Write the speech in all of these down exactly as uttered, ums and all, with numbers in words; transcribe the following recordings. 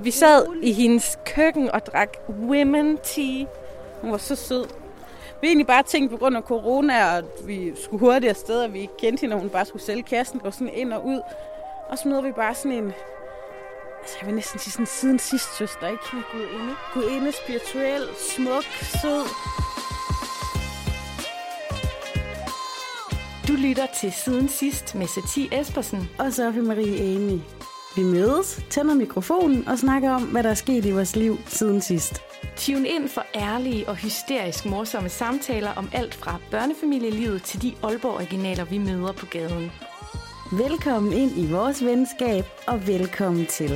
Vi sad i hendes køkken og drak women tea. Hun var så sød. Vi egentlig bare tænkt på grund af corona, og vi skulle hurtigt afsted, og vi ikke kendte hende, og hun bare skulle sælge kassen, gå sådan ind og ud. Og så møder vi bare sådan en, altså jeg vil næsten sige sådan siden sidst søster, ikke? Gudinde. Gudinde, spirituel, smuk, sød. Du lytter til Siden Sidst med Satie Espersen og Sofie Marie Amy. Vi mødes, tænder mikrofonen og snakker om, hvad der er sket i vores liv siden sidst. Tune ind for ærlige og hysterisk morsomme samtaler om alt fra børnefamilielivet til de Aalborg-originaler, vi møder på gaden. Velkommen ind i vores venskab, og velkommen til.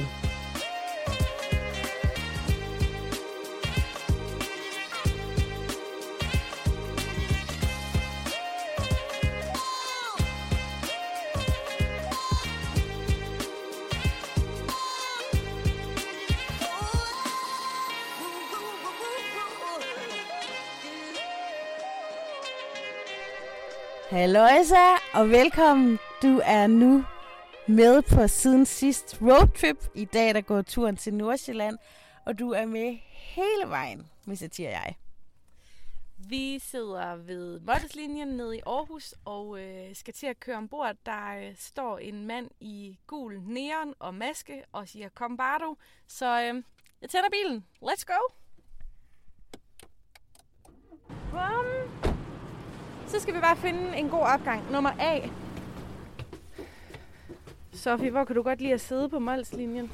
Halløjsa, og velkommen. Du er nu med på siden sidst roadtrip. I dag der går turen til Nordsjælland, og du er med hele vejen, hvis jeg siger jeg. Vi sidder ved Målslinjen nede i Aarhus og øh, skal til at køre ombord. Der øh, står en mand i gul neon og maske og siger, kom bare du. Så øh, jeg tænder bilen. Let's go! Kom! Så skal vi bare finde en god opgang. Nummer A. Sofie, hvor kan du godt lide at sidde på Molslinjen?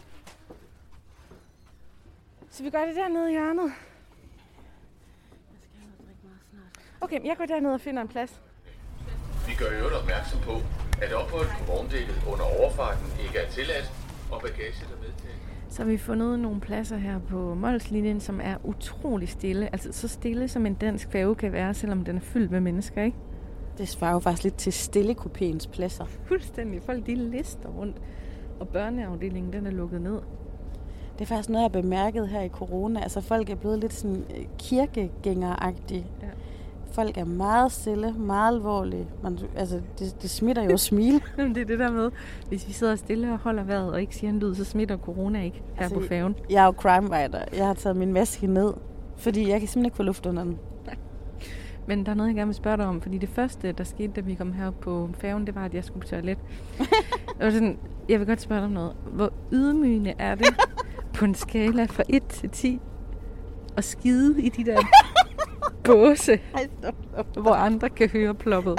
Så vi gør det dernede i hjørnet. Jeg skal have noget at drikke meget snart. Okay, jeg går dernede og finder en plads. Vi gør jo opmærksom på, at ophold på vogndækket under overfarten ikke er tilladt, og bagage der medtaget. Så har vi fundet nogle pladser her på Molslinjen, som er utrolig stille. Altså så stille, som en dansk færge kan være, selvom den er fyldt med mennesker, ikke? Det svarer jo faktisk lidt til stillekupéens pladser. Fuldstændig. Folk de lister rundt, og børneafdelingen den er lukket ned. Det er faktisk noget, jeg har bemærket her i corona. Altså folk er blevet lidt sådan kirkegængeragtige. Ja. Folk er meget stille, meget alvorlige. Man, altså, det, det smitter jo smil. Det er det der med, hvis vi sidder stille og holder vejret og ikke siger en lyd, så smitter corona ikke her altså, på færgen. Jeg er jo crime-fighter. Jeg har taget min maske ned, fordi jeg kan simpelthen ikke få luft under den. Men der er noget, jeg gerne vil spørge dig om, fordi det første, der skete, da vi kom herop på færgen, det var, at jeg skulle på toilet. Og sådan, jeg vil godt spørge dig om noget. Hvor ydmygende er det på en skala fra et til ti at skide i de der båse, Ej, stop, stop, stop. hvor andre kan høre ploppet?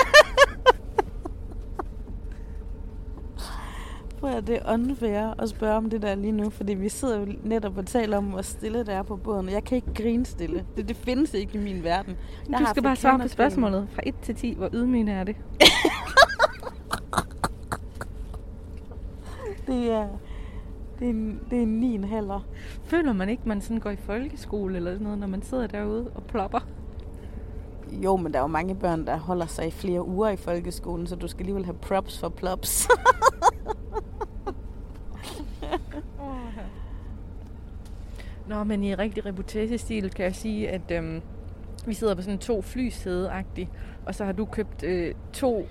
Prøv at det er unfair at spørge om det der lige nu, fordi vi sidder jo netop og taler om, hvor stille det er på båden. Jeg kan ikke grine stille. Det, det findes ikke i min verden. Jeg du skal bare svare på spørgsmålet. Fra et til ti, hvor ydmygende er det? det er... Det er en, det er en ni en halver. Føler man ikke, man sådan går i folkeskole eller sådan noget, når man sidder derude og plopper? Jo, men der er jo mange børn, der holder sig i flere uger i folkeskolen, så du skal alligevel have props for plops. Nå, men i rigtig reportagestil kan jeg sige, at øhm, vi sidder på sådan to flysæde-agtigt, og så har du købt øh, to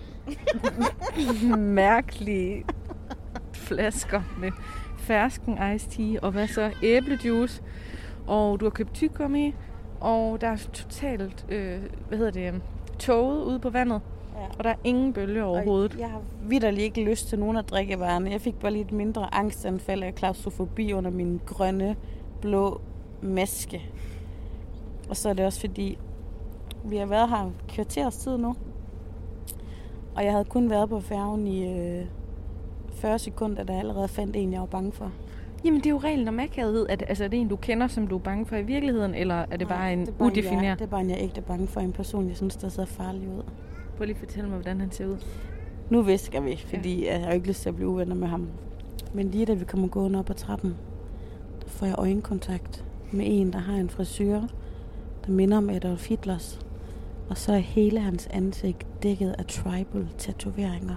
mærkelige flasker med fersken iced tea, og hvad så? Æblejuice, og du har købt tyggegummi, og der er totalt, øh, hvad hedder det, tåget ude på vandet, ja. Og der er ingen bølge overhovedet. Og jeg har vitterlig ikke lyst til nogen af drikkevarerne. Jeg fik bare lidt mindre angstanfald af klaustrofobi under min grønne, blå maske. Og så er det også fordi, vi har været her kvarters tid nu, og jeg havde kun været på færgen i øh, fyrre sekunder, da jeg allerede fandt en, jeg var bange for. Jamen, det er jo reglen om akavethed. Er det, altså, er det en, du kender, som du er bange for i virkeligheden, eller er det Nej, bare en det er bare udefineret? En, jeg, det er bare en, jeg ikke er bange for. En person, jeg synes, der ser farlig ud. Prøv lige at fortælle mig, hvordan han ser ud. Nu visker vi, fordi ja. jeg har ikke lyst til at blive uvenner med ham. Men lige da vi kommer gående op ad trappen, der får jeg øjenkontakt med en, der har en frisyr, der minder om Adolf Hitlers. Og så er hele hans ansigt dækket af tribal-tatoveringer.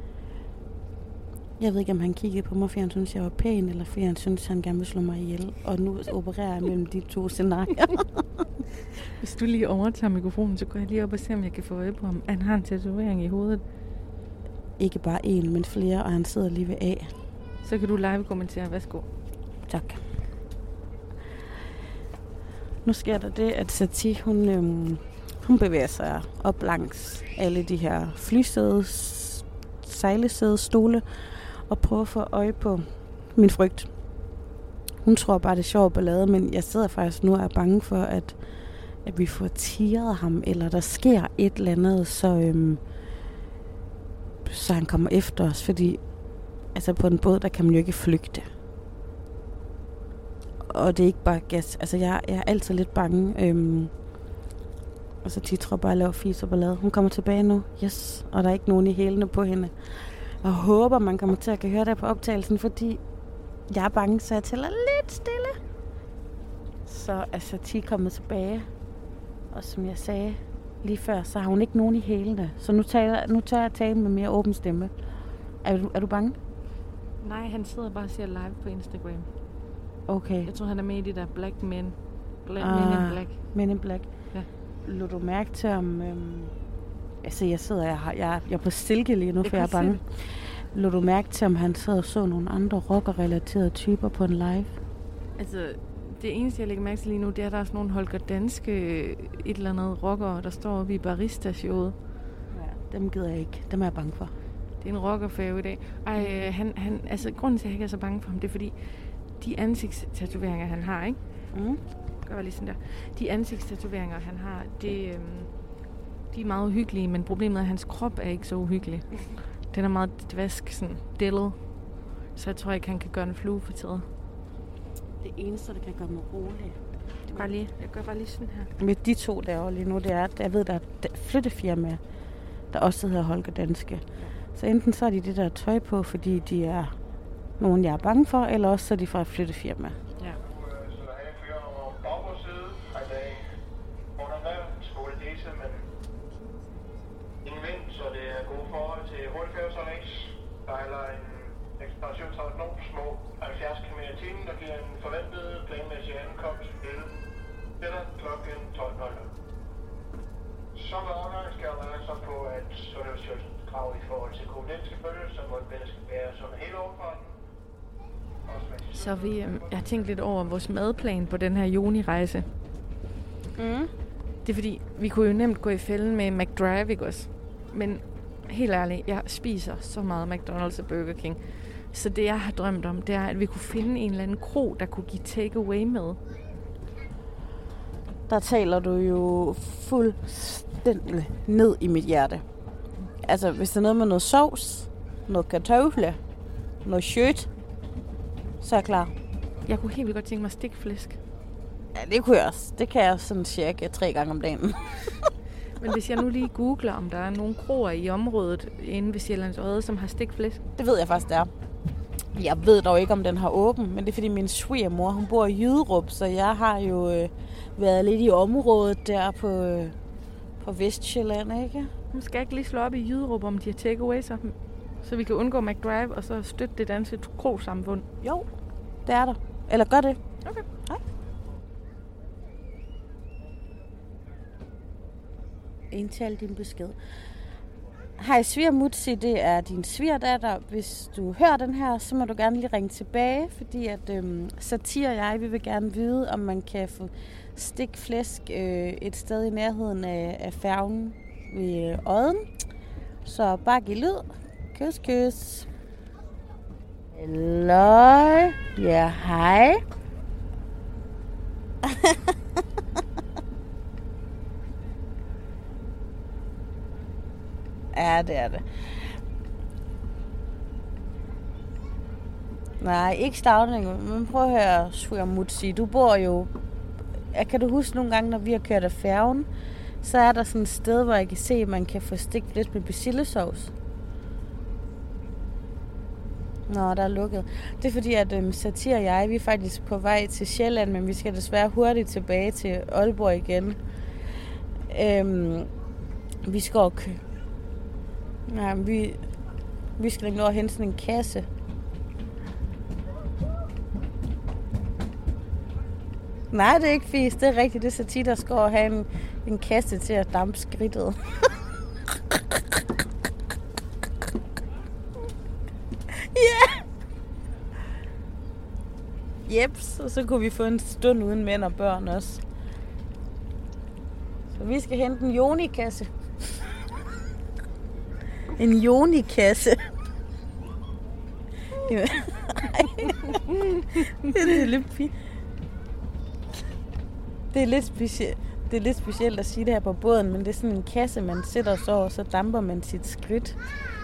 Jeg ved ikke, om han kiggede på mig, fordi han syntes, jeg var pæn, eller fordi han syntes, han gerne ville slå mig ihjel. Og nu opererer jeg mellem de to scenarier. Hvis du lige overtager mikrofonen, så går jeg lige op og ser, om jeg kan få øje på ham. Han har en tatovering i hovedet. Ikke bare én, men flere, og han sidder lige ved A. Så kan du live kommentere. Værsgo. Tak. nu sker der det, at Sati, hun, øhm, hun bevæger sig op langs alle de her flysædes, sejlesædestole og prøver at få øje på min frygt. Hun tror bare, det er sjov ballade, men jeg sidder faktisk nu og er bange for, at, at vi får tirret ham, eller der sker et eller andet, så, øhm, så han kommer efter os, fordi altså på en båd, der kan man jo ikke flygte. Og det er ikke bare gas. Altså, jeg, jeg er altid lidt bange. Øhm, og så tror bare, at lave fis og ballade. Hun kommer tilbage nu. Yes. Og der er ikke nogen i hælene på hende. Og håber, man kommer til at kan høre det på optagelsen, fordi jeg er bange, så jeg tæller lidt stille. Så er Sati kommet tilbage. Og som jeg sagde lige før, så har hun ikke nogen i hælene. Så nu, taler, nu tør jeg at tale med mere åben stemme. Er du, er du bange? Nej, han sidder bare og ser live på Instagram. Okay. Jeg tror, han er med i de der Black Men. Black, ah, Men in Black. Men in Black. Ja. Lå du mærke til om... Øhm, altså, jeg sidder... Jeg, har, jeg, jeg er på silke lige nu, for jeg er bange. Lå du mærke til, om han sad og så nogle andre rocker-relaterede typer på en live? Altså, det eneste, jeg lægger mærke til lige nu, det er, at der er sådan nogle Holger Danske et eller andet rockere, der står oppe i Barista-showet. Ja, dem gider jeg ikke. Dem er jeg bange for. Det er en rockerfave i dag. Ej, han, han, altså, grunden til, at jeg ikke er så bange for ham, det er fordi, de ansigtstatoveringer, han har, ikke? Mm. Gør lige sådan der. De ansigtstatoveringer, han har, det, øhm, de er meget uhyggelige, men problemet er, at hans krop er ikke så uhyggelig. Den er meget dvask, sådan dillet. Så jeg tror ikke, han kan gøre en flue for tiden. Det eneste, der kan gøre mig rolig. Det er bare lige, jeg gør bare lige sådan her. Med de to derovre lige nu, det er, at jeg ved, der er flyttefirmaer, der også hedder Holger Danske. Så enten så er de det der tøj på, fordi de er nogen, jeg er bange for, eller også så er de fra et flyttefirma. Ja. Så der er kører over bagbordsside, og i dag under vejr, skole disse, men ingen vind, så det er gode forhold til hurtigfærgesejlads. Der er en ekspeditionstræk nogle små halvfjerds kilometer i timen, der giver en forventet planmæssig ankomst til eller klokken tolv nul nul. Som afgang skal jeg opmærksom på, at Sundhedsstyrelsen krav i forhold til covid nitten skal følges, så mundbind skal være sådan hele overfarten. Så vi, øh, jeg har tænkt lidt over vores madplan på den her juni-rejse. Mm. Det er fordi, vi kunne jo nemt gå i fælden med McDrive, ikke også? Men helt ærligt, jeg spiser så meget McDonald's og Burger King. Så det, jeg har drømt om, det er, at vi kunne finde en eller anden kro, der kunne give takeaway med. Der taler du jo fuldstændig ned i mit hjerte. Altså, hvis der er noget med noget sovs, noget kartofle, noget kjøt, så er jeg klar. Jeg kunne helt vildt godt tænke mig stikflæsk. Ja, det kunne jeg også. Det kan jeg sådan cirka tre gange om dagen. Men hvis jeg nu lige googler, om der er nogle kroer i området inde ved Sjællands Odde, som har stikflæsk. Det ved jeg faktisk, det er. Jeg ved dog ikke, om den har åben, men det er fordi min svigermor, hun bor i Jyderup, så jeg har jo øh, været lidt i området der på, øh, på Vestsjælland, ikke? Nu skal jeg ikke lige slå op i Jyderup, om de har takeaway, så, så vi kan undgå McDrive og så støtte det danske krosamfund. Jo, det er der. Eller gør det. Okay. Hej. Indtal din besked. Hej svigermutsi, det er din svigerdatter. Hvis du hører den her, så må du gerne lige ringe tilbage, fordi at øhm, Satir og jeg, vi vil gerne vide, om man kan få stikflæsk øh, et sted i nærheden af, af færgen ved øh, Odden. Så bare giv lyd. Kys, kys. Halløj. Ja, hej. Ja, det er det. Nej, ikke Stauning, men prøv at høre, svigermutsi. Du bor jo... Kan du huske nogle gange, når vi har kørt af færgen, så er der sådan et sted, hvor jeg kan se, at man kan få stikflæsk med persillesauce. Nå, der er lukket. Det er fordi, at øhm, Satir og jeg, vi er faktisk på vej til Sjælland, men vi skal desværre hurtigt tilbage til Aalborg igen. Øhm, vi skal også kø- Nej, vi, vi skal nå at hente sådan en kasse. Nej, det er ikke fisk. Det er rigtigt. Det er Satir, der skal have en, en kasse til at dampe skridtet. Ja! Jeps, og så kunne vi få en stund uden mænd og børn også. Så vi skal hente en Joni-kasse. En Joni-kasse. det er lidt fint. Det er lidt specielt. Det er lidt specielt at sige det her på båden, men det er sådan en kasse, man sætter så, og så damper man sit skridt.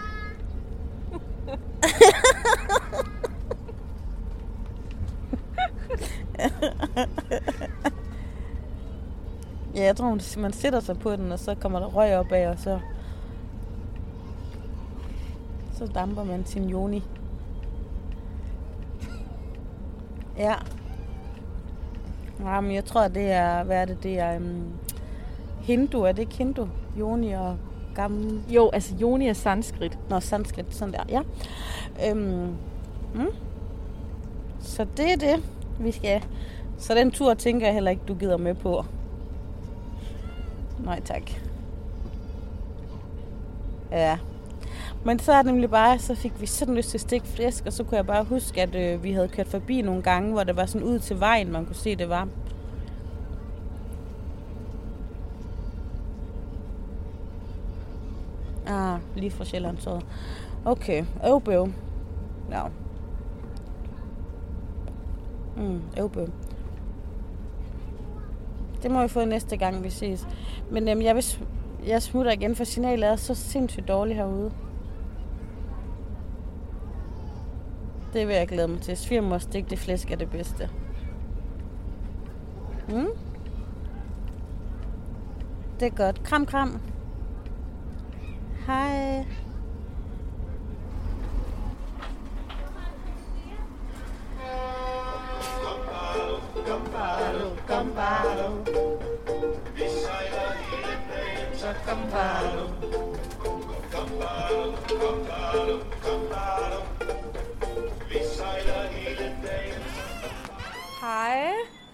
Ja, jeg tror, man sætter sig på den, og så kommer der røg op af, og så, så damper man sin Joni. Ja. Ja, men jeg tror, det er, hvad er det, det er um, hindu, er det ikke hindu? Joni og gammel... Jo, altså Joni er sanskrit. Nå, sanskrit, sådan der, ja. Øhm, mm. Så det er det, vi skal. Så den tur tænker jeg heller ikke, du gider med på. Nej, tak. Ja. Men så er det nemlig bare, så fik vi sådan lyst til stik flæsk, og så kunne jeg bare huske, at øh, vi havde kørt forbi nogle gange, hvor det var sådan ud til vejen, man kunne se, det var. Ah, lige fra Sjælland, så. Okay, øvbøv. Ja. Mm, øvbøv. Det må vi få næste gang, vi ses. Men øhm, jeg, vil, jeg smutter igen, for signalet er så sindssygt dårligt herude. Det vil jeg glæde mig til. Svigermors stegte flæsk er det bedste. Mm. Det er godt. Kram, kram. Hej. Gambaro, gambaro. Vi sejler hele dagen, så gambaro. Gambaro, gambaro, gambaro. Vi sejler hele dagen. Hej.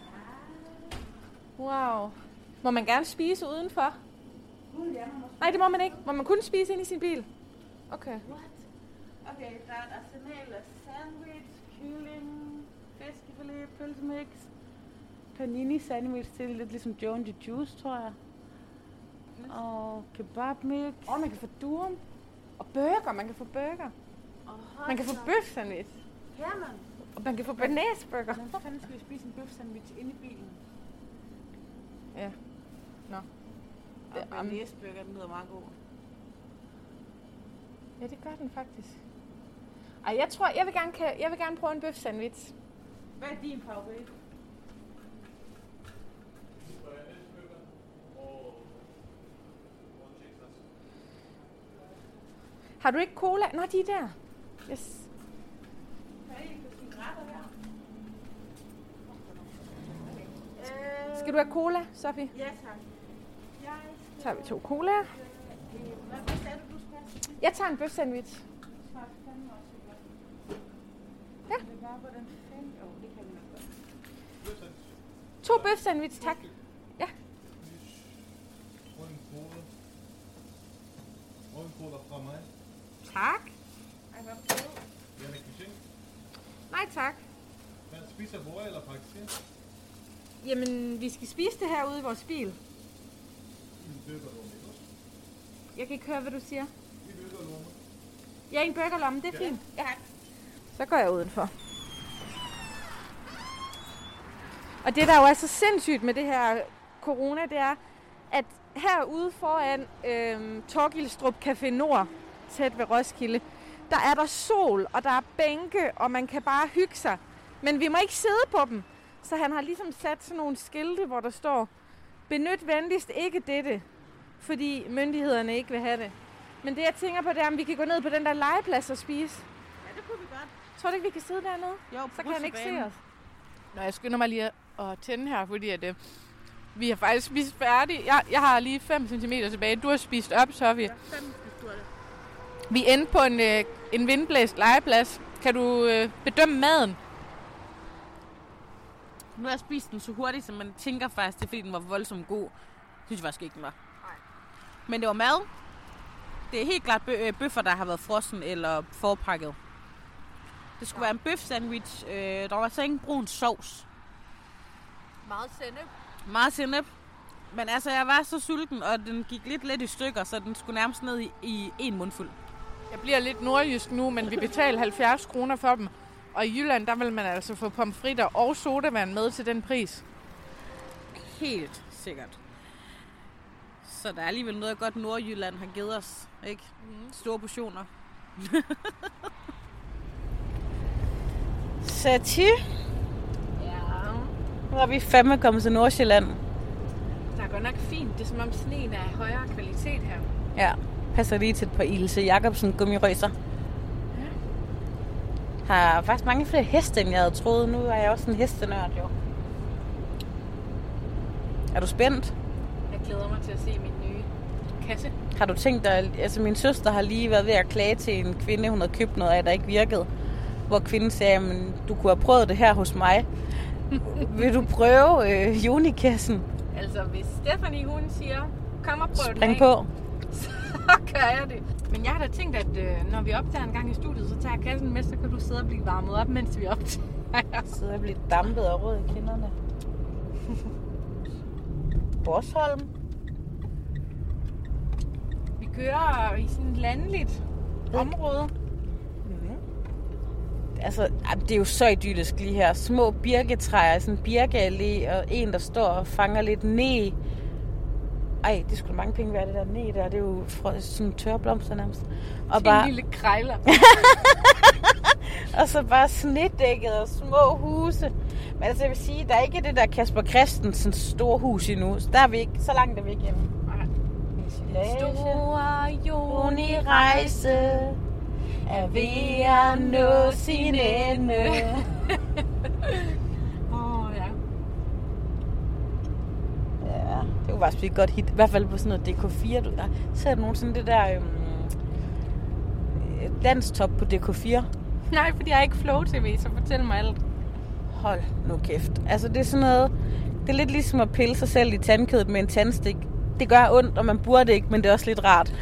Wow. Må man gerne spise udenfor? Nej, det må man ikke. Må man kun spise ind i sin bil? Okay. What? Okay, der er et arsenal af sandwich, kylling, fiskefilet, pølsemix, panini sandwich til lidt ligesom Joe and the Juice, tror jeg. Og kebabmix. Og man kan få durum. Og burger. Man kan få burger. Man kan få bøf sandwich. Ja, man. Og man kan få banæsburger. Hvordan fanden skal vi spise en bøf sandwich inde i bilen? Ja. Nå. Og banæsburger, den lyder meget god. Ja, det gør den faktisk. Ej, jeg tror, jeg vil gerne, kan, jeg vil gerne prøve en bøf sandwich. Hvad er din favorit? Har du ikke cola? Nå, de er der. Yes. Skal du have cola, Sofie? Ja, tak. Jeg Så tager vi to colaer. Hvad sagde du, du skal have? Jeg tager en bøf sandwich. Ja. To bøf sandwich, tak. Ja. Og en cola. Og en cola fra mig. Tak. Ej, hvad er det? Jannik Michel. Nej, tak. Hvad spiser hvor eller faktisk? Ja? Jamen, vi skal spise det her ude i vores bil. En burgerlomme, ikke også? Jeg kan ikke høre, hvad du siger. En burgerlomme. Ja, en burgerlomme, det er Ja. fint. Ja. Så går jeg udenfor. Og det, der jo er så sindssygt med det her corona, det er, at herude foran øhm, Torgilstrup Café Nord, tæt ved Roskilde, der er der sol, og der er bænke, og man kan bare hygge sig. Men vi må ikke sidde på dem. Så han har ligesom sat sådan nogle skilte, hvor der står, benyt venligst ikke dette, fordi myndighederne ikke vil have det. Men det, jeg tænker på, det er, om vi kan gå ned på den der legeplads og spise. Ja, det kunne vi godt. Tror du ikke, vi kan sidde dernede? Jo, Så kan han ikke se russebanen. os. Nå, jeg skynder mig lige at tænde her, fordi at, øh, vi har faktisk spist færdigt. Jeg, jeg har lige fem centimeter tilbage. Du har spist op, Sofie. Ja, fem spiste du af det. Vi endte på en, øh, en vindblæst legeplads. Kan du øh, bedømme maden? Nu har jeg spist den så hurtigt, så man tænker faktisk, det er fordi den var voldsomt god. Synes jeg faktisk ikke, den var. Nej. Men det var mad. Det er helt klart bø- bøffer, der har været frossen eller forpakket. Det skulle ja. være en bøf sandwich. Øh, der var så ingen brun sovs. Meget sennep. Meget sennep. Men altså, jeg var så sulten, og den gik lidt let i stykker, så den skulle nærmest ned i, i en mundfuld. Jeg bliver lidt nordjysk nu, men vi betaler halvfjerds kroner for dem. Og i Jylland, der vil man altså få pomfritter og sodavand med til den pris. Helt sikkert. Så der er alligevel noget godt Nordjylland har givet os, ikke? Mm. Store portioner. Sati. Ja. Nu er vi fandme kommet til Nordsjælland. Der er godt nok fint. Det er som om sneen er af højere kvalitet her. Ja, passer lige til et par Ilse Jacobsen gummirøjser. Ja. Har faktisk mange flere heste, end jeg havde troet. Nu er jeg også en hestenørd, jo. Er du spændt? Jeg glæder mig til at se min nye kasse. Har du tænkt dig, altså min søster har lige været ved at klage til en kvinde, hun havde købt noget af, der ikke virkede. Hvor kvinden sagde, men du kunne have prøvet det her hos mig. Vil du prøve øh, junikassen? Altså, hvis Stephanie, hun siger, kom og prøv Spring på. Så gør jeg det. Men jeg har da tænkt, at øh, når vi optager en gang i studiet, så tager jeg kassen med, så kan du sidde og blive varmet op, mens vi optager. Sidde og blive dampet og rød i kinderne. Borsholm. Vi kører i sådan et landligt område. Mm-hmm. Altså, det er jo så idyllisk lige her. Små birketræer, sådan en birkeallé, og en, der står og fanger lidt ned. Ej, det skulle mange penge være, det der ned der. Det er jo sådan tørre blomster nærmest. Og en bare... lille krejler. Og så bare snedækket og små huse. Men altså, jeg vil sige, der er ikke det der Kasper Christensens store hus endnu. Så der er vi ikke, så langt er vi ikke hjemme. Store Joni-rejse er ved at nå sin ende. Åh, oh, ja. Ja, det kunne faktisk blive et godt hit. I hvert fald på sådan noget D K fire. Du, der ser du nogensinde det der øhm, landstop på D K fire? Nej, fordi jeg er ikke Flow T V, så fortæl mig alt. Hold nu kæft. Altså, det er sådan noget... Det er lidt ligesom at pille sig selv i tandkødet med en tandstik. Det gør ondt, og man burde ikke, men det er også lidt rart.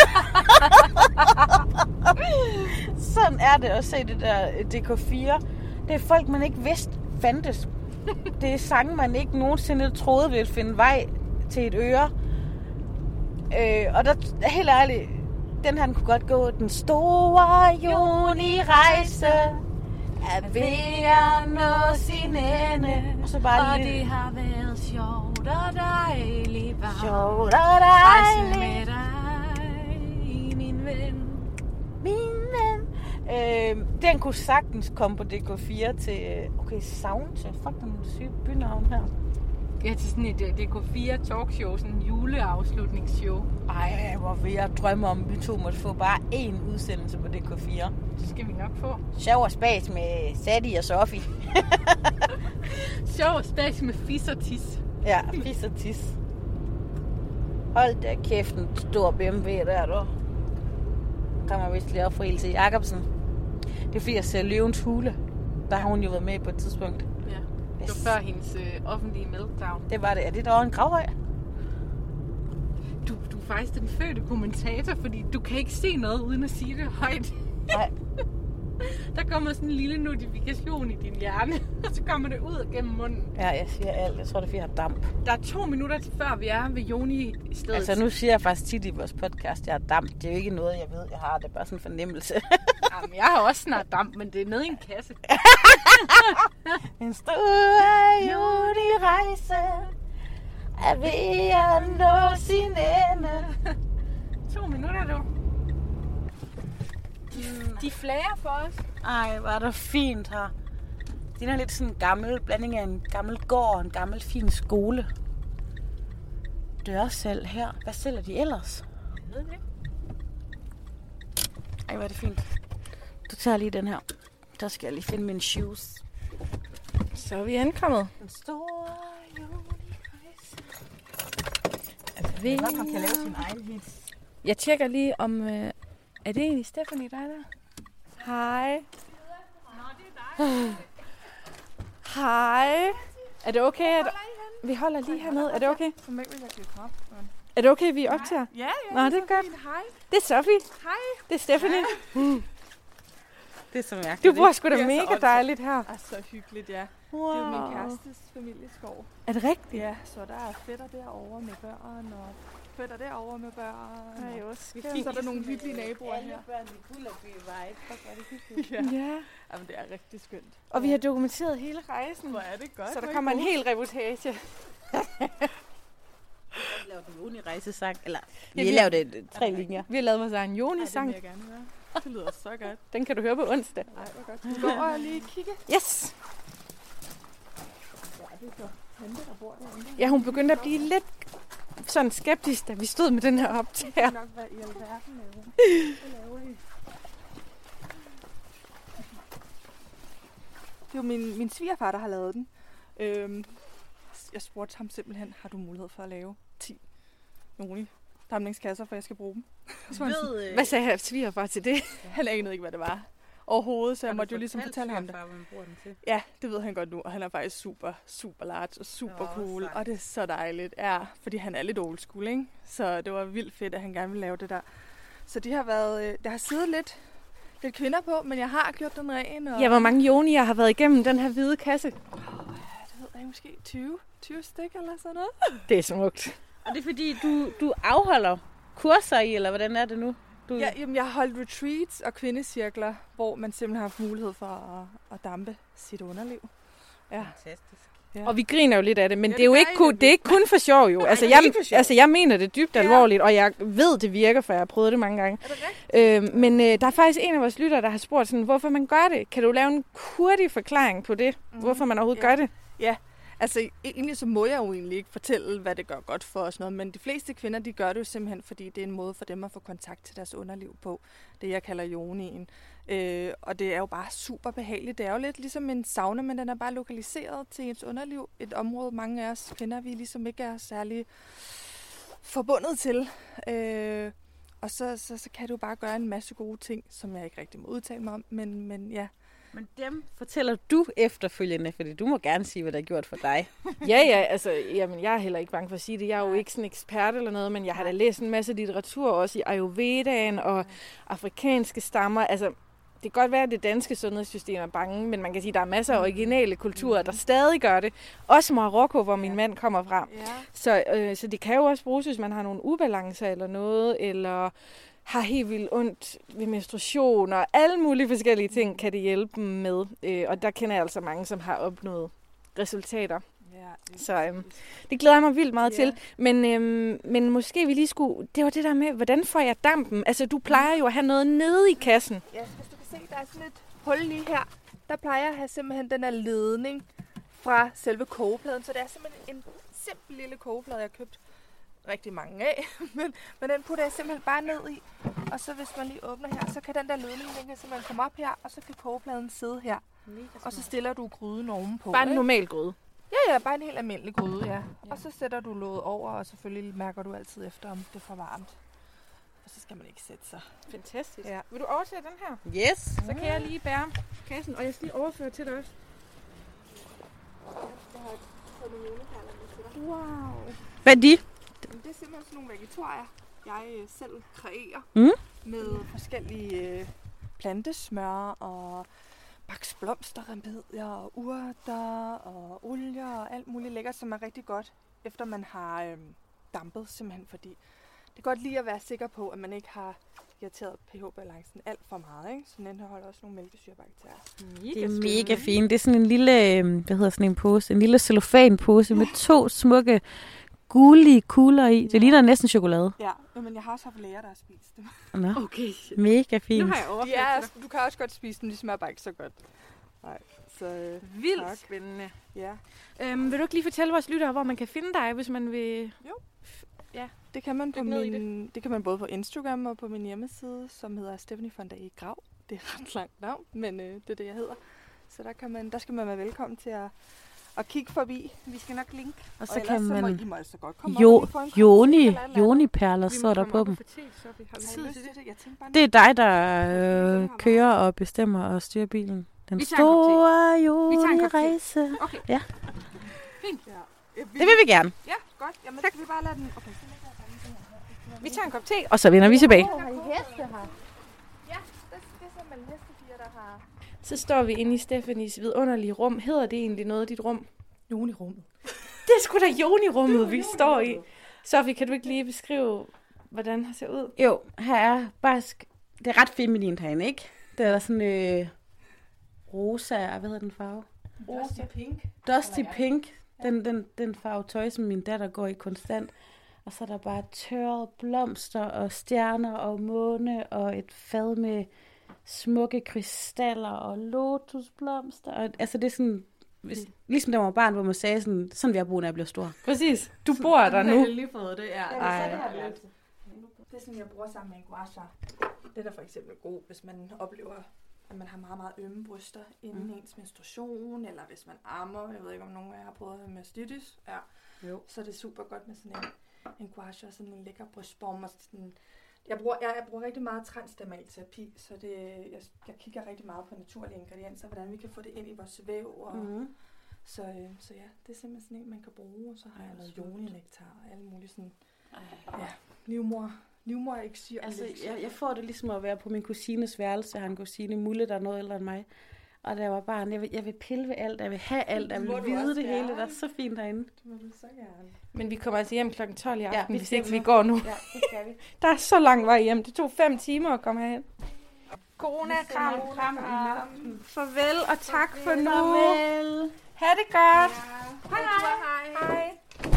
Sådan er det at se det der D K fire. Det er folk, man ikke vidste fandtes. Det er sange, man ikke nogensinde troede ville finde vej til et øre. Øh, og der, helt ærligt, den her den kunne godt gå. Den store Joni-rejse er ved at nå sin ende. Og så bare og lidt... det har været sjovt og dejligt bare. Sjovt og dejligt. Rejse med dig, min ven. Min ven. Øh, den kunne sagtens komme på D K fire til... Okay, Soundcheck. Fuck, den syge bynavn her. Ja, til sådan et D K fire talkshow, sådan en juleafslutningsshow. Ej, hvor vil jeg drømme om, vi to måtte få bare én udsendelse på D K fire. Det skal vi nok få. Sjov og spas med Sadie og Sofie. Sjov og spas med fis og tis. Ja, fis og tis. Hold da kæft, en stor B M W der, du. Kommer vist lige op fra Ilse Jacobsen. Det er fordi, jeg ser Løvens Hule. Der har hun jo været med på et tidspunkt. Ja, det var før hendes øh, offentlige meltdown. Det var det. Er det der en gravhøj? Du, du er faktisk den fødte kommentator, fordi du kan ikke se noget uden at sige det højt. Nej. Der kommer sådan en lille notifikation i din hjerne, og så kommer det ud gennem munden. Ja, jeg siger alt. Jeg tror, det er fordi, jeg har damp. Der er to minutter til før vi er ved Joni-stedet. Altså, nu siger jeg faktisk tit i vores podcast, at jeg har damp. Det er jo ikke noget, jeg ved, jeg har. Det er bare sådan en fornemmelse. Jamen, jeg har også snart damp, men det er nede i en kasse. En stor Joni-rejse er ved at nå sin ende. To minutter, du. De, de flager for os. Ej, hvor er det fint her. Det er lidt sådan en gammel blanding af en gammel gård og en gammel fin skole. Dørsalg her. Hvad sælger de ellers? Jeg ved det ikke. Ej, hvor er det fint. Du tager lige den her. Der skal jeg lige finde mine shoes. Så er vi ankommet. Den store Joni-rejse. Altså, det er godt, man kan lave sin egen hits. Jeg tjekker lige om... Øh, er det egentlig Stephanie, dig der? Hej. Hej. Er det okay, at... Vi holder lige hernede. Er det okay? Er det okay, vi optager? Ja, ja. Nå, det er godt. Hej. Det er Sofie. Hej. Det er Stephanie. Det er så mærkeligt. Du bor sgu da Det er så mega åndssvagt. dejligt her. Det er så hyggeligt, ja. Wow. Det er jo min kærestes familieskov. Er det rigtigt? Ja, så der er fætter derovre med børn, og fætter derovre med børn. Nej, og også. så er der nogle hyggelige naboer Alle her. børn i Bullerby Vej. Fuck, hvor er det hyggeligt. Ja. Ja. Jamen, det er rigtig skønt. Og vi har dokumenteret hele rejsen. Hvor er det godt. Så der hvor kommer I en gode. hel reportage. Vi lavede en Joni-rejsesang. Eller, Ja, vi vi- lavede et, tre linjer. Vi har lavet vores egen Ej, det Joni-sang. vil jeg gerne høre. Det lyder så godt. Den kan du høre på onsdag. Ej, hvor godt. Skal vi gå over og lige kigge? Yes! Ja, det er så Hente, der bor derinde. Ja, hun begyndte at blive lidt sådan skeptisk, da vi stod med den her optager. Det er nok, hvad i alverden laver. Hvad laver I? Det er jo min, min svigerfar, der har lavet den. Øhm, jeg spurgte ham simpelthen, har du mulighed for at lave ti Joni samlingskasser, for jeg skal bruge dem? Så han, sådan, Ved, øh, Hvad sagde jeg svigerfar til det? han anede ikke, hvad det var overhovedet, så jeg har måtte du jo ligesom fortalt fortælle ham det. svigerfar, hvad man bruger den til? Ja, det ved han godt nu, og han er faktisk super, super large og super Nå, cool, sejt. og det er så dejligt. Ja, fordi han er lidt old school, ikke? Så det var vildt fedt, at han gerne ville lave det der. Så de har været, øh, der har siddet lidt, lidt kvinder på, men jeg har gjort den ren. Og, Ja, hvor mange Jonier har været igennem den her hvide kasse? det ved jeg ikke, måske tyve, tyve stykker eller sådan noget. Det er smukt. Og det er fordi, du, du afholder kurser i, eller hvordan er det nu? Du, Ja, jamen, jeg har holdt retreats og kvindecirkler, hvor man simpelthen har haft mulighed for at, at dampe sit underliv. Ja. Fantastisk. Ja. Og vi griner jo lidt af det, men Ja, det er jo det ikke gør I kun, nemlig. det er ikke kun for sjov jo. Altså det er jeg, ikke for sjov. altså jeg mener det dybt Ja. alvorligt, og jeg ved det virker, for jeg har prøvet det mange gange. Er det rigtigt? Øh, men øh, der er faktisk en af vores lyttere, der har spurgt sådan, hvorfor man gør det. Kan du lave en hurtig forklaring på det? Mhm. Hvorfor man overhovedet Ja. gør det? Altså, egentlig så må jeg jo egentlig ikke fortælle, hvad det gør godt for os noget, men de fleste kvinder, de gør det jo simpelthen, fordi det er en måde for dem at få kontakt til deres underliv på. Det, jeg kalder yonien. Øh, og det er jo bare super behageligt. Det er jo lidt ligesom en sauna, men den er bare lokaliseret til ens underliv. Et område, mange af os kvinder, vi ligesom ikke er særlig forbundet til. Øh, og så, så, så kan du bare gøre en masse gode ting, som jeg ikke rigtig må udtale mig om, men, men ja. Men dem fortæller du efterfølgende, fordi du må gerne sige, hvad der er gjort for dig. Ja, ja, altså, jamen, jeg er heller ikke bange for at sige det. Jeg er jo ikke sådan ekspert eller noget, men jeg har da læst en masse litteratur, også i Ayurvedaen og afrikanske stammer. Altså, det kan godt være, at det danske sundhedssystem er bange, men man kan sige, at der er masser af originale kulturer, der stadig gør det. Også Marokko, hvor min mand kommer fra. Ja. Så, øh, så det kan jo også bruges, hvis man har nogle ubalancer eller noget, eller har helt vildt ondt ved menstruation, og alle mulige forskellige ting kan det hjælpe dem med. Øh, og der kender jeg altså mange, som har opnået resultater. Ja, Så øhm, det glæder jeg mig vildt meget Ja. til. Men, øhm, men måske vi lige skulle... Det var det der med, hvordan får jeg dampen? Altså, du plejer jo at have noget nede i kassen. Ja, hvis du kan se, der er sådan et hul lige her. Der plejer jeg at have simpelthen den her ledning fra selve kogepladen. Så det er simpelthen en simpel lille kogeplade, jeg har købt rigtig mange af. men, men den putter jeg simpelthen bare ned i. Og så hvis man lige åbner her, så kan den der ledning, den kan simpelthen komme op her. Og så kan kogepladen sidde her. Og så stiller du gryden ovenpå. Bare en ikke? normal gryde. Ja, ja, bare en helt almindelig gryde, ja. Og så sætter du låget over, og selvfølgelig mærker du altid efter, om det er for varmt. Og så skal man ikke sætte sig. Fantastisk. Ja. Vil du overtage den her? Yes. Så kan jeg lige bære kassen, og jeg skal lige overføre til dig også. Jeg har taget nogle juleperler med til dig. Wow. Hvad er de? Jamen, det er simpelthen sådan nogle vegetarier, jeg øh, selv kreerer. Mm. Med forskellige øh, plantesmør og baksblomsterremedier og urter og olier og alt muligt lækkert, som er rigtig godt, efter man har øh, dampet, simpelthen fordi det er godt lige at være sikker på, at man ikke har irriteret pH-balancen alt for meget, ikke? Så den indeholder også nogle mælkesyrebakterier. Det er mega fint. Det er sådan en lille, øh, hvad hedder sådan en pose? En lille cellofanpose med to smukke gule kugler i. Det ligner næsten chokolade. Ja, men jeg har også haft læger, der har spist dem. Nå, Okay. mega fint. Nu har jeg overført Ja, til dig. du kan også godt spise dem, de smager bare ikke så godt. Nej, så øh, Vildt tak. spændende. Ja. Øhm, vil du ikke lige fortælle vores lyttere, hvor man kan finde dig, hvis man vil... Det kan man på Dyk ned i min, det. det kan man både på Instagram og på min hjemmeside, som hedder Stephanie von der E. Grav. Det er et ret langt navn, men øh, det er det, jeg hedder. Så der, kan man, der skal man være velkommen til at, at kigge forbi. Vi skal nok linke. Og så ellers kan så må man... I må altså godt komme Jo, op og lige få en Joni, kop te eller et eller andet. Joni-perler står der på dem. Har vi Har I tid lyst til til det? det? Jeg tænkte bare Det er dig, der øh, kører og bestemmer og styrer bilen. Den Vi tager en kop te. store Vi tager en kop te. Joni-rejse. Okay. Ja, Ja. Ja, det vil vi gerne. Ja, godt. Jamen, tak. Skal vi bare lade den... Okay, så lægger jeg den sådan her. Vi tager en kop te. Og så vender vi tilbage. Har I heste her? Ja, det, det er simpelthen hestepiger, der har... Så står vi inde i Stephanies vidunderlige rum. Hedder det egentlig noget af dit rum? Joni-rummet. Det er sgu da Joni-rummet, vi står i. Sofie, kan du ikke lige beskrive, hvordan det ser ud? Jo, her er bare... Det er ret feminint herinde, ikke? Det er der sådan øh, rosa, hvad hedder den farve? Dusty pink. Dusty pink. Den, den, den farve tøj, som min datter går i konstant. Og så er der bare tørrede blomster og stjerner og måne og et fad med smukke krystaller og lotusblomster. Og, altså det er sådan, hvis, ligesom da man var barn, hvor man sagde sådan, sådan vil jeg bo, når jeg bliver stor. Præcis. Du bor der nu. Jeg har lige fået det, ja. Ej. Det er sådan, jeg bruger sammen med en guasha. Det er der for eksempel god, hvis man oplever, at man har meget, meget ømme bryster inden mm. ens menstruation, eller hvis man ammer. Jeg ved ikke, om nogen af jer har prøvet med mastitis. Ja. Jo. Så er det super godt med sådan en, en guasha, sådan en lækker brystform. Og sådan, jeg, bruger, jeg, jeg bruger rigtig meget transdermal terapi, så det, jeg, jeg kigger rigtig meget på naturlige ingredienser, hvordan vi kan få det ind i vores væv. Og, mm. så, øh, så ja, det er simpelthen sådan en, man kan bruge. Og så har jeg noget joni-nektar og alle mulige sådan, ja, livmor. Livmor-eksir. Altså, jeg, jeg får det ligesom at være på min kusines værelse. Jeg har en kusine, Mulle, der er noget ældre end mig. Og da jeg var barn, jeg vil, jeg vil pille ved alt, jeg vil have alt, jeg vil vide det hele. Der er så fint derinde. Det må du så gerne. Men vi kommer altså hjem klokken tolv i aften, ja, hvis ikke vi går nu. Ja, det skal vi. Der er så lang vej hjem. Det tog fem timer at komme herhen. Corona-kram. Farvel og tak for nu. Farvel. Ha' det godt. Ja. Hej, hej. Hej.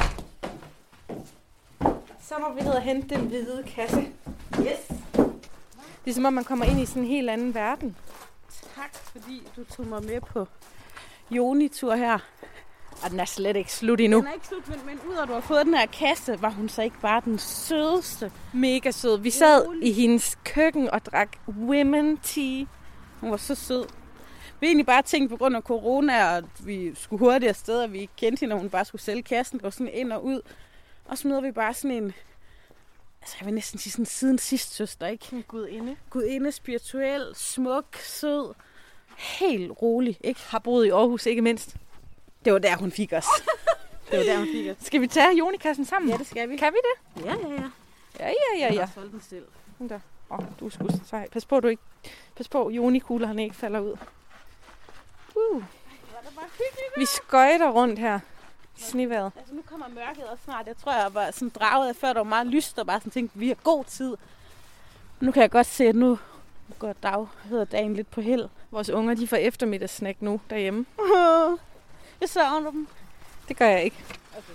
Så må vi ned og hente den hvide kasse. Yes. Det er som om, man kommer ind i sådan en helt anden verden. Tak, fordi du tog mig med på Joni-tur her. Og den er slet ikke slut endnu. Den er ikke slut, men, men ud af at du har fået den her kasse, var hun så ikke bare den sødeste. Mega sød. Vi sad i hendes køkken og drak women tea. Hun var så sød. Vi egentlig bare tænkt på grund af corona, og vi skulle hurtigt afsted, og vi ikke kendte hende, og hun bare skulle sælge kassen, gå sådan ind og ud. Og så møder vi bare sådan en, altså jeg vil næsten sige sådan siden sidst søster, ikke? Gudinde. Gudinde, spirituel, smuk, sød, helt rolig, ikke? Har boet i Aarhus, ikke mindst. Det var der, hun fik os. Det var der, hun fik os. Skal vi tage Joni-kassen sammen? Ja, det skal vi. Kan vi det? Ja, ja, ja. Ja, ja, ja, ja. Jeg har solgt den selv. Der. Åh, oh, du er sgu sej. Pas på, du ikke... Pas på, Joni-kuglerne ikke falder ud. Uh. Vi skøjter rundt her. Snevejret. Altså nu kommer mørket også snart. Jeg tror, jeg var sådan draget af før, der var meget lyst, og bare sådan tænkte, vi har god tid. Nu kan jeg godt se, at nu går dag, hedder dagen lidt på held. Vores unger, de får eftermiddagssnack nu derhjemme. Uh, jeg savner dem. Det gør jeg ikke. Okay.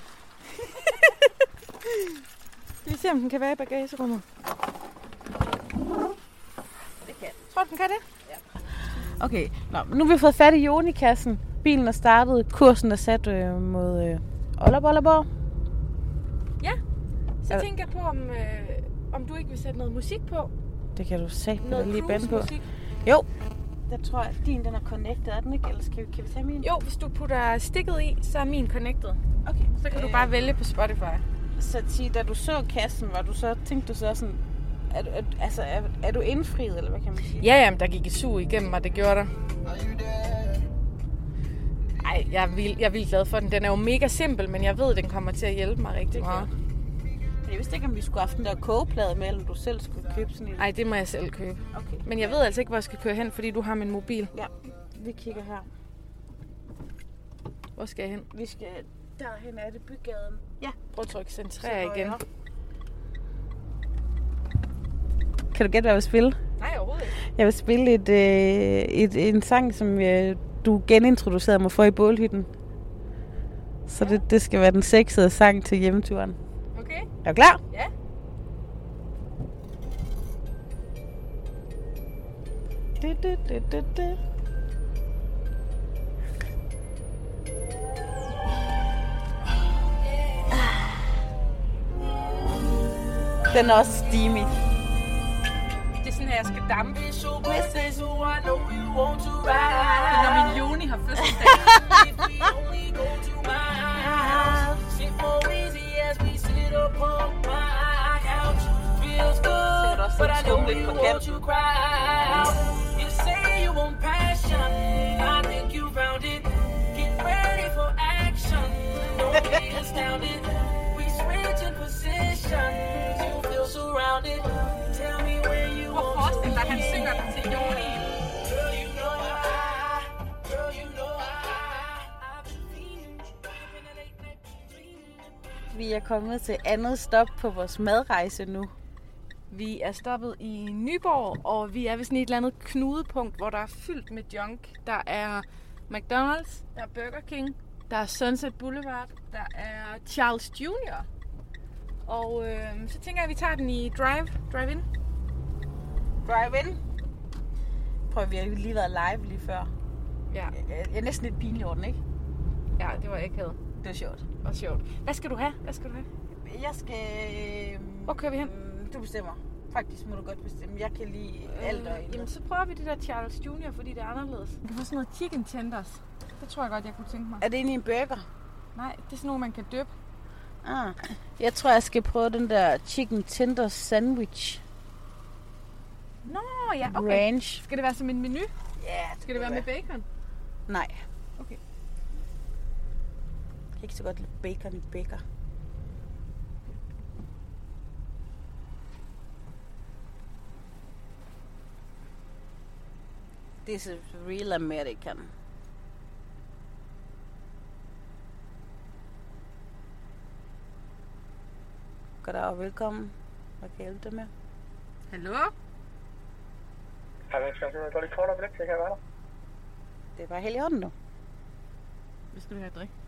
Skal vi se, om den kan være i bagagerummet? Det kan. Tror du, den kan det? Ja. Okay, nå, nu har vi fået fat i Joni-kassen. Bilen er startet, kursen er sat øh, mod øh, Ollerbollerborg. Ja, så øh. tænker jeg på, om, øh, om du ikke vil sætte noget musik på. Det kan du sætte noget lige bande på. Jo, der tror jeg, at din den er connected, er den ikke? Eller kan vi, kan vi tage min? Jo, hvis du putter stikket i, så er min connected. Okay. Så kan øh. du bare vælge på Spotify. Så Thi, da du så kassen, var du så, tænkte du så sådan, er, er, altså, er, er du indfriet, eller hvad kan man sige? Ja, jamen, der gik et sug igennem mig, det gjorde der. Ej, jeg er, vild, jeg er vildt glad for den. Den er jo mega simpel, men jeg ved, den kommer til at hjælpe mig rigtig meget. Men jeg vidste ikke, om vi skulle have den der kogeplade med, eller du selv skulle købe sådan en. Nej, det må jeg selv købe. Okay. Men jeg ved altså ikke, hvor jeg skal køre hen, fordi du har min mobil. Ja, vi kigger her. Hvor skal jeg hen? Vi skal derhen, er det bygaden? Ja. Prøv at trykke centrer igen. Kan du gætte, hvad jeg vil spille? Nej, overhovedet ikke. Jeg vil spille et, øh, et, en sang, som øh, du genintroducerede mig for i bålhytten. Så ja. det, det skal være den sexede sang til hjemmeturen. Okay. Er du klar? Ja. Du, du, du, du, du. Den er også steamy. Det er sådan her, jeg skal dampe. Det er når min Joni har fødselsdag. Sætter også sådan tung lidt på kanten. Hvor forestil dig, han synger den til Joni. Vi er kommet til andet stop på vores madrejse nu. Vi er stoppet i Nyborg, og vi er ved sådan et eller andet knudepunkt, hvor der er fyldt med junk. Der er McDonald's, der er Burger King, der er Sunset Boulevard, der er Charles junior Og øh, så tænker jeg, at vi tager den i drive, drive-in. Drive-in. Prøv, vi har lige været live lige før. Ja. Jeg er næsten lidt pinlig over den, ikke? Ja, det var ikke havde. Det var sjovt. Og sjovt. Hvad skal du have? Hvad skal du have? Jeg skal... Hvor kører vi hen? Du bestemmer. Faktisk må du godt bestemme. Jeg kan lide Øh, alt og jamen, så prøver vi det der Charles junior, fordi det er anderledes. Du kan få sådan noget chicken tenders. Det tror jeg godt, jeg kunne tænke mig. Er det egentlig en burger? Nej, det er sådan noget, man kan døbe. Ah. Jeg tror, jeg skal prøve den der chicken tender sandwich. Nå, ja, okay. Ranch. Skal det være som en menu? Ja, Skal det være med bacon? Nej. Okay. Jeg kan ikke så godt lide bacon i bacon. This is real American. Goddag og velkommen. Hvad kan jeg hjælpe dig med? Hallo? Hej, skal du gå lidt kort øjeblik, så kan jeg være der? Det er bare helt i hånden nu. Hvad skal du have at drikke?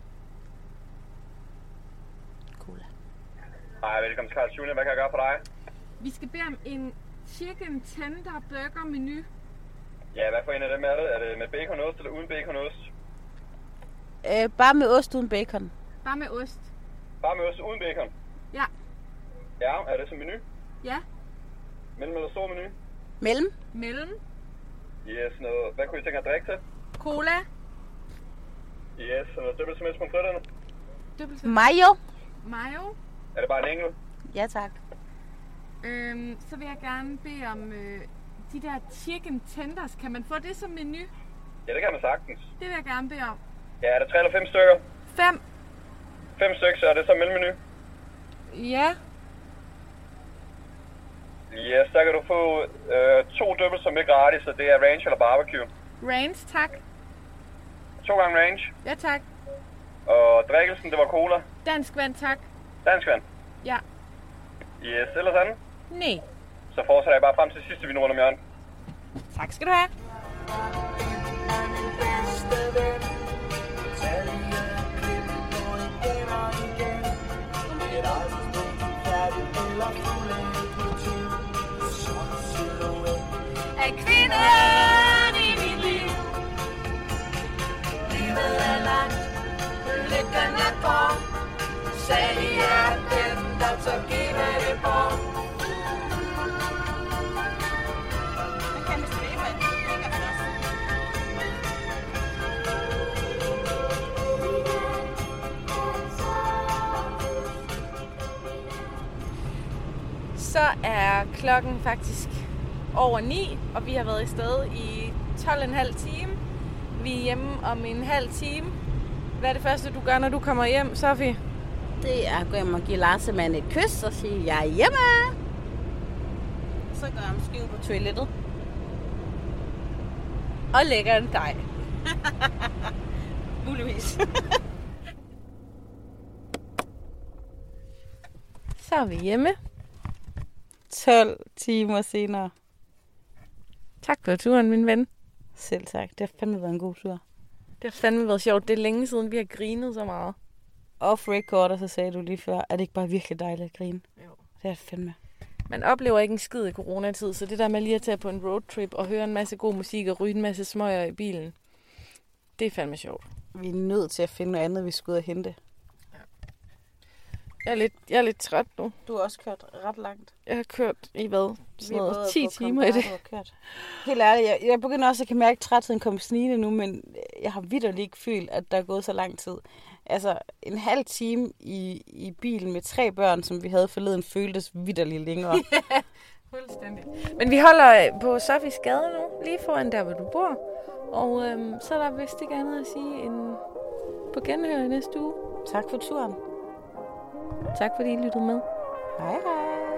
Cola. Hej, velkommen til Carl's Junior. Hvad kan jeg gøre for dig? Vi skal bede om en chicken tender burger menu. Ja, hvad for en af dem er det? Er det med baconost eller uden baconost? Øh, bare med ost uden bacon. Bare med ost. Bare med ost uden bacon? Ja. Ja, er det som menu? Ja. Mellem eller stor menu? Mellem? Mellem. Yes, noget. Hvad kunne I tænke at drikke til? Cola. Yes, og noget dobbelt sms på fritterne? Dobbelt Mayo? mayo. Er det bare en enkelt? Ja, tak. Øhm, så vil jeg gerne bede om øh, de der chicken tenders. Kan man få det som menu? Ja, det kan man sagtens. Det vil jeg gerne bede om. Ja, er det tre eller fem stykker? Fem. Fem stykker, så er det så mellemmenu? Ja. Yes, der kan du få øh, to dobbelt som er gratis, så det er ranch eller barbecue. Range, tak. To gange range. Ja, tak. Og drikkelsen, det var cola. Dansk vand, tak. Dansk vand. Ja. Yes, ellers andet. Nej. Så fortsætter jeg bare frem til sidste, vi nu rundt om hjørnet. Tak skal du have. Af kvinden i mit liv. Livet er langt, lykken er kort. Sag er den, der så giver det bort. Så er klokken faktisk over ni, og vi har været i sted i tolv og en halv time. Vi er hjemme om en halv time. Hvad er det første, du gør, når du kommer hjem, Sofie? Det er at gå hjem og give Larsemann et kys og sige, jeg er hjemme. Så går jeg måske ud på toilettet. Og lægger en dej. Muligvis. Så er vi hjemme. tolv timer senere. Tak for turen, min ven. Selv tak. Det har fandme været en god tur. Det har fandme været sjovt. Det er længe siden, vi har grinet så meget. Off record, og så sagde du lige før, er det ikke bare virkelig dejligt at grine? Jo. Det er det fandme. Man oplever ikke en skid i coronatid, så det der med lige at tage på en roadtrip og høre en masse god musik og ryge en masse smøger i bilen, det er fandme sjovt. Vi er nødt til at finde noget andet, vi skal ud og hente. Jeg er lidt, jeg er lidt træt nu. Du har også kørt ret langt. Jeg har kørt i hvad? Sådan noget ti timer i det. Kørt. Helt ærligt, jeg, jeg begynder også at kan mærke, at trætheden kommer snigende nu, men jeg har vitterligt ikke følt, at der er gået så lang tid. Altså, en halv time i, i bilen med tre børn, som vi havde forleden, føltes vitterligt længere. Ja, fuldstændig. Men vi holder på Sofies Gade nu, lige foran der, hvor du bor. Og øhm, så er der vist ikke andet at sige end på genhør i næste uge. Tak for turen. Tak fordi I lyttede med. Hej hej.